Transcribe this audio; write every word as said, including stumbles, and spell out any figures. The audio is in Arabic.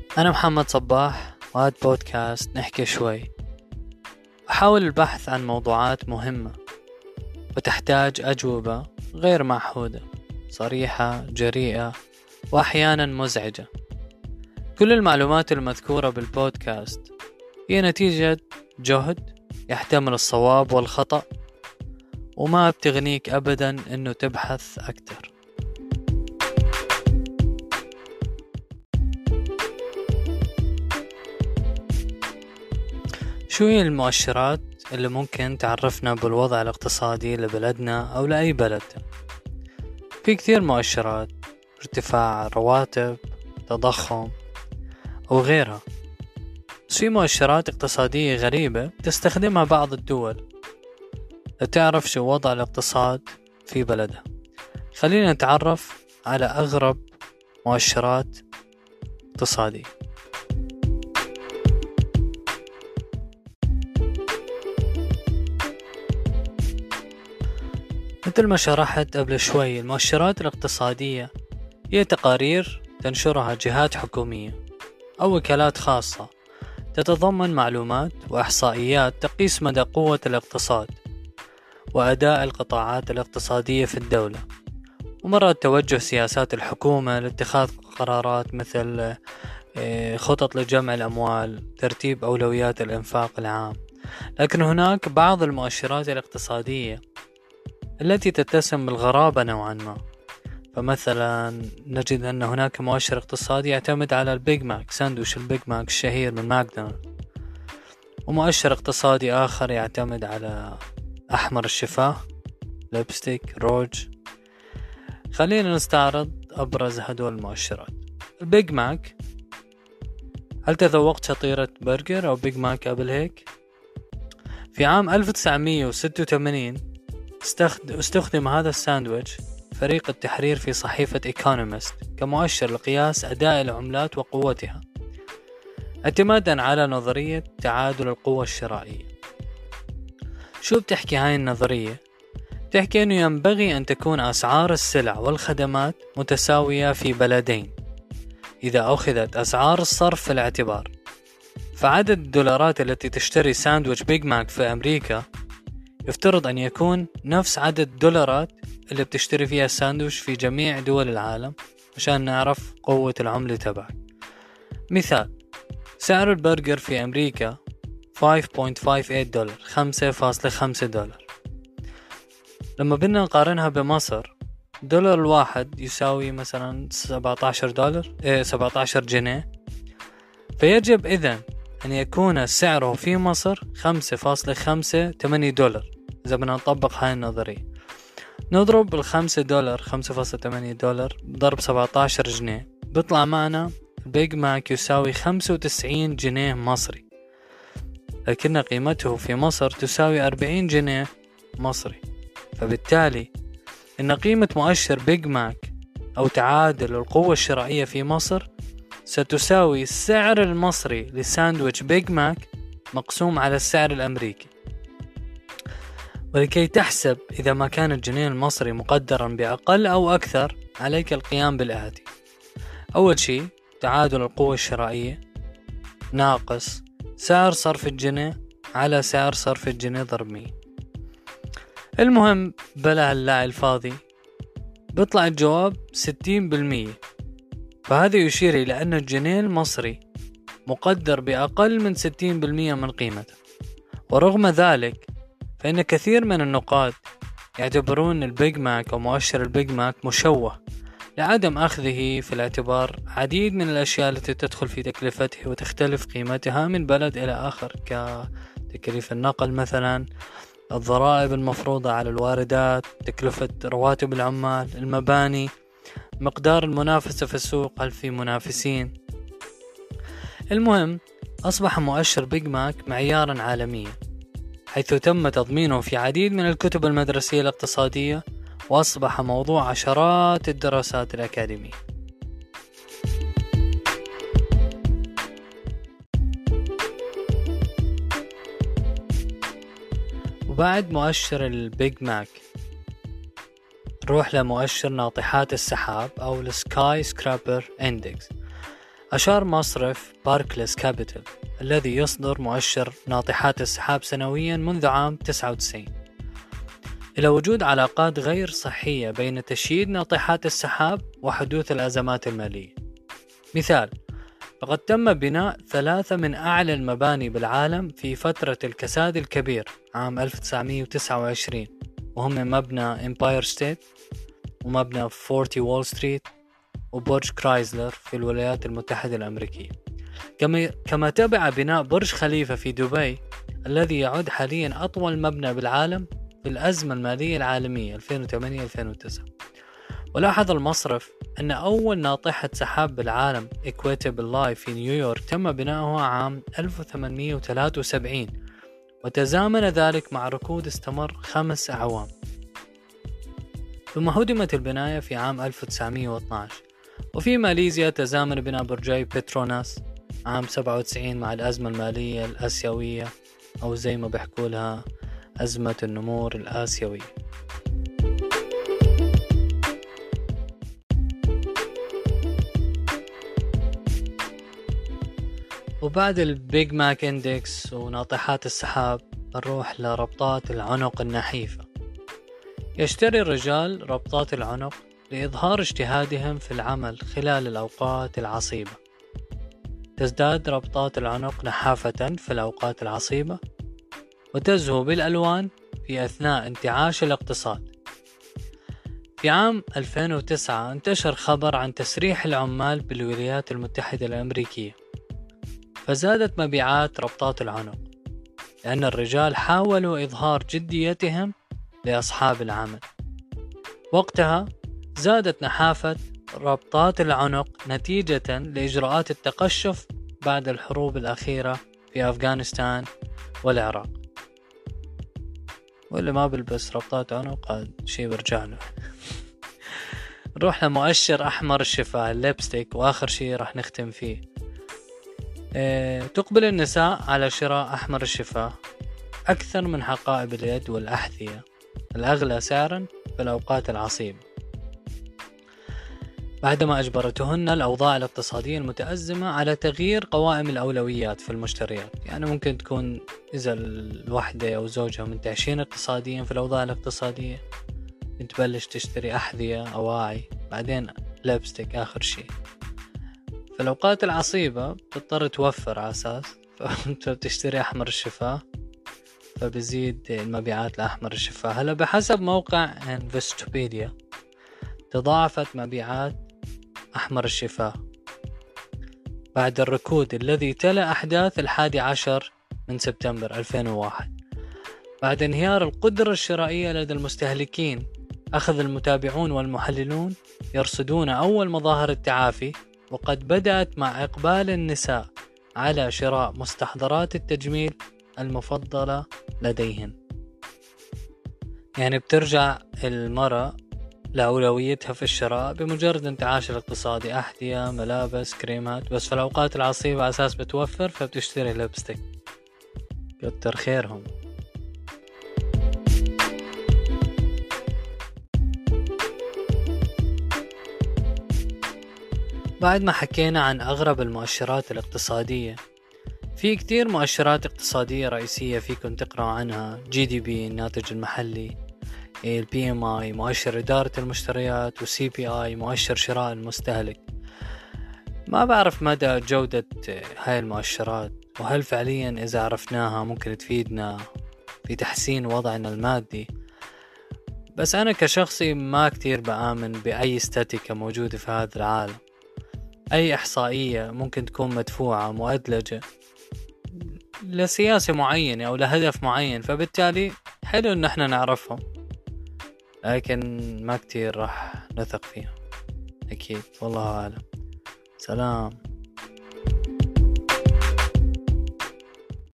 أنا محمد صباح وهذا بودكاست نحكي شوي. أحاول البحث عن موضوعات مهمة وتحتاج أجوبة غير معهودة، صريحة، جريئة، وأحيانا مزعجة. كل المعلومات المذكورة بالبودكاست هي نتيجة جهد يحتمل الصواب والخطأ، وما بتغنيك أبدا أنه تبحث أكتر. شو هي المؤشرات اللي ممكن تعرفنا بالوضع الاقتصادي لبلدنا أو لأي بلد؟ في كثير مؤشرات، ارتفاع رواتب، تضخم أو غيرها. بس في مؤشرات اقتصادية غريبة تستخدمها بعض الدول لتعرف شو وضع الاقتصاد في بلدها. خلينا نتعرف على أغرب مؤشرات اقتصادية. مثل ما شرحت قبل شوي، المؤشرات الاقتصادية هي تقارير تنشرها جهات حكومية أو وكالات خاصة، تتضمن معلومات وإحصائيات تقيس مدى قوة الاقتصاد وأداء القطاعات الاقتصادية في الدولة، ومرات توجه سياسات الحكومة لاتخاذ قرارات مثل خطط لجمع الأموال، ترتيب أولويات الإنفاق العام. لكن هناك بعض المؤشرات الاقتصادية التي تتسم بالغرابة نوعا ما. فمثلا نجد أن هناك مؤشر اقتصادي يعتمد على البيج ماك، ساندويش البيج ماك الشهير من ماكدونالدز، ومؤشر اقتصادي آخر يعتمد على أحمر الشفاه، ليبستيك، روج. خلينا نستعرض أبرز هدول المؤشرات. البيج ماك، هل تذوقت شطيرة برجر أو بيج ماك قبل هيك؟ في عام ألف وتسعمية وستة وثمانين استخدم هذا الساندويتش فريق التحرير في صحيفة إيكونومست كمؤشر لقياس أداء العملات وقوتها، اعتمادا على نظرية تعادل القوة الشرائية. شو بتحكي هاي النظرية؟ بتحكي أنه ينبغي أن تكون أسعار السلع والخدمات متساوية في بلدين إذا أخذت أسعار الصرف في الاعتبار. فعدد الدولارات التي تشتري ساندويتش بيج ماك في أمريكا يفترض أن يكون نفس عدد الدولارات اللي بتشتري فيها الساندويتش في جميع دول العالم، عشان نعرف قوة العملة تبعك. مثال، سعر البرجر في أمريكا خمسة فاصلة خمسة ثمانية دولار، خمسة فاصلة خمسة دولار. لما بدنا نقارنها بمصر، دولار الواحد يساوي مثلا سبعة عشر دولار، إيه سبعة عشر جنيه. فيجب إذن أن يكون سعره في مصر خمسة فاصلة خمسة ثمانية دولار. إذا بدنا نطبق هاي النظرية، نضرب الخمسة دولار، خمسة فاصلة ثمانية دولار ضرب سبعة عشر جنيه، بيطلع معنا البيج ماك يساوي خمسة وتسعين جنيه مصري، لكن قيمته في مصر تساوي أربعين جنيه مصري. فبالتالي إن قيمة مؤشر بيج ماك أو تعادل القوة الشرائية في مصر ستساوي السعر المصري لساندويتش بيج ماك مقسوم على السعر الأمريكي. ولكي تحسب إذا ما كان الجنيه المصري مقدرا بأقل أو أكثر، عليك القيام بالآتي. أول شيء، تعادل القوة الشرائية ناقص سعر صرف الجنيه على سعر صرف الجنيه ضرب مية. المهم بلا هاللاعب الفاضي، بيطلع الجواب ستين بالمية. فهذا يشير إلى أن الجنيه المصري مقدر بأقل من ستين بالمية من قيمته. ورغم ذلك فإن كثير من النقاد يعتبرون البيج ماك أو مؤشر البيج ماك مشوه لعدم أخذه في الاعتبار عديد من الأشياء التي تدخل في تكلفته وتختلف قيمتها من بلد إلى آخر، كتكلفة النقل مثلا، الضرائب المفروضة على الواردات، تكلفة رواتب العمال، المباني، مقدار المنافسة في السوق، هل في منافسين. المهم، أصبح مؤشر بيج ماك معيارا عالميا، حيث تم تضمينه في عديد من الكتب المدرسية الاقتصادية، وأصبح موضوع عشرات الدراسات الأكاديمية. وبعد مؤشر البيج ماك نروح لمؤشر ناطحات السحاب أو السكاي سكرابر إندكس، أشار مصرف باركليز كابيتال الذي يصدر مؤشر ناطحات السحاب سنويا منذ عام تسعة وتسعين إلى وجود علاقات غير صحية بين تشييد ناطحات السحاب وحدوث الأزمات المالية. مثال: فقد تم بناء ثلاثة من أعلى المباني بالعالم في فترة الكساد الكبير عام ألف وتسعمائة وتسعة وعشرين، وهم مبنى إمباير ستيت ومبنى فورتي وول ستريت وبرج كرايزلر في الولايات المتحدة الأمريكية. كما تبع بناء برج خليفة في دبي الذي يعد حاليا أطول مبنى بالعالم في الأزمة المالية العالمية ألفين وثمانية ألفين وتسعة. ولاحظ المصرف أن أول ناطحة سحاب بالعالم إكويتابل لايف في نيويورك تم بناؤها عام ألف وثمانمائة وثلاثة وسبعين، وتزامن ذلك مع ركود استمر خمس أعوام، ثم هدمت البناية في عام ألف وتسعمائة واثني عشر. وفي ماليزيا تزامن بناء برجي بتروناس عام سبعة وتسعين مع الأزمة المالية الآسيوية، أو زي ما بيحكوا لها أزمة النمور الآسيوية. وبعد البيج ماك اندكس وناطحات السحاب نروح لربطات العنق النحيفة. يشتري الرجال ربطات العنق لإظهار اجتهادهم في العمل خلال الأوقات العصيبة. تزداد ربطات العنق نحافة في الأوقات العصيبة، وتزهو بالألوان في أثناء انتعاش الاقتصاد. في عام ألفين وتسعة انتشر خبر عن تسريح العمال بالولايات المتحدة الأمريكية، فزادت مبيعات ربطات العنق لأن الرجال حاولوا إظهار جديتهم لأصحاب العمل. وقتها زادت نحافة ربطات العنق نتيجة لإجراءات التقشف بعد الحروب الأخيرة في أفغانستان والعراق. واللي ما بلبس ربطات عنق هذا شيء برجع له. نروح لمؤشر أحمر الشفاه الليبستيك، وآخر شيء راح نختم فيه. اه تقبل النساء على شراء أحمر الشفاه أكثر من حقائب اليد والأحذية الأغلى سعرا في الأوقات العصيبة، بعدما أجبرتهن الأوضاع الاقتصادية المتأزمة على تغيير قوائم الأولويات في المشتريات. يعني ممكن تكون إذا الوحدة أو زوجها منتعشين اقتصاديا في الأوضاع الاقتصادية تبلش تشتري أحذية أواعي، بعدين لابستيك آخر شيء. في الأوقات العصيبة بتضطر توفر على أساس فأنت بتشتري أحمر الشفاه، فبزيد المبيعات لأحمر الشفاه. هلا بحسب موقع انفستوبيديا تضاعفت مبيعات أحمر الشفاه بعد الركود الذي تلا أحداث الحادي عشر من سبتمبر ألفين وواحد. بعد انهيار القدرة الشرائية لدى المستهلكين، أخذ المتابعون والمحللون يرصدون أول مظاهر التعافي، وقد بدأت مع إقبال النساء على شراء مستحضرات التجميل المفضلة لديهن. يعني بترجع المرأة لأولويتها في الشراء بمجرد انتعاش الاقتصادي، أحذية، ملابس، كريمات. بس في الأوقات العصيبة أساس بتوفر فبتشتري لبستيك. كتر خيرهم. بعد ما حكينا عن أغرب المؤشرات الاقتصادية، في كتير مؤشرات اقتصادية رئيسية فيكم تقرأوا عنها: جي دي بي الناتج المحلي، ال بي إم آي مؤشر إدارة المشتريات، و سي بي آي مؤشر شراء المستهلك. ما بعرف مدى جودة هاي المؤشرات، وهل فعليا إذا عرفناها ممكن تفيدنا في تحسين وضعنا المادي. بس أنا كشخصي ما كتير بآمن بأي استاتيكا موجودة في هذا العالم. أي إحصائية ممكن تكون مدفوعة مؤدلجة لسياسة معينة أو لهدف معين، فبالتالي حلو إن احنا نعرفهم، لكن ما كتير راح نثق فيها أكيد. والله أعلم. سلام.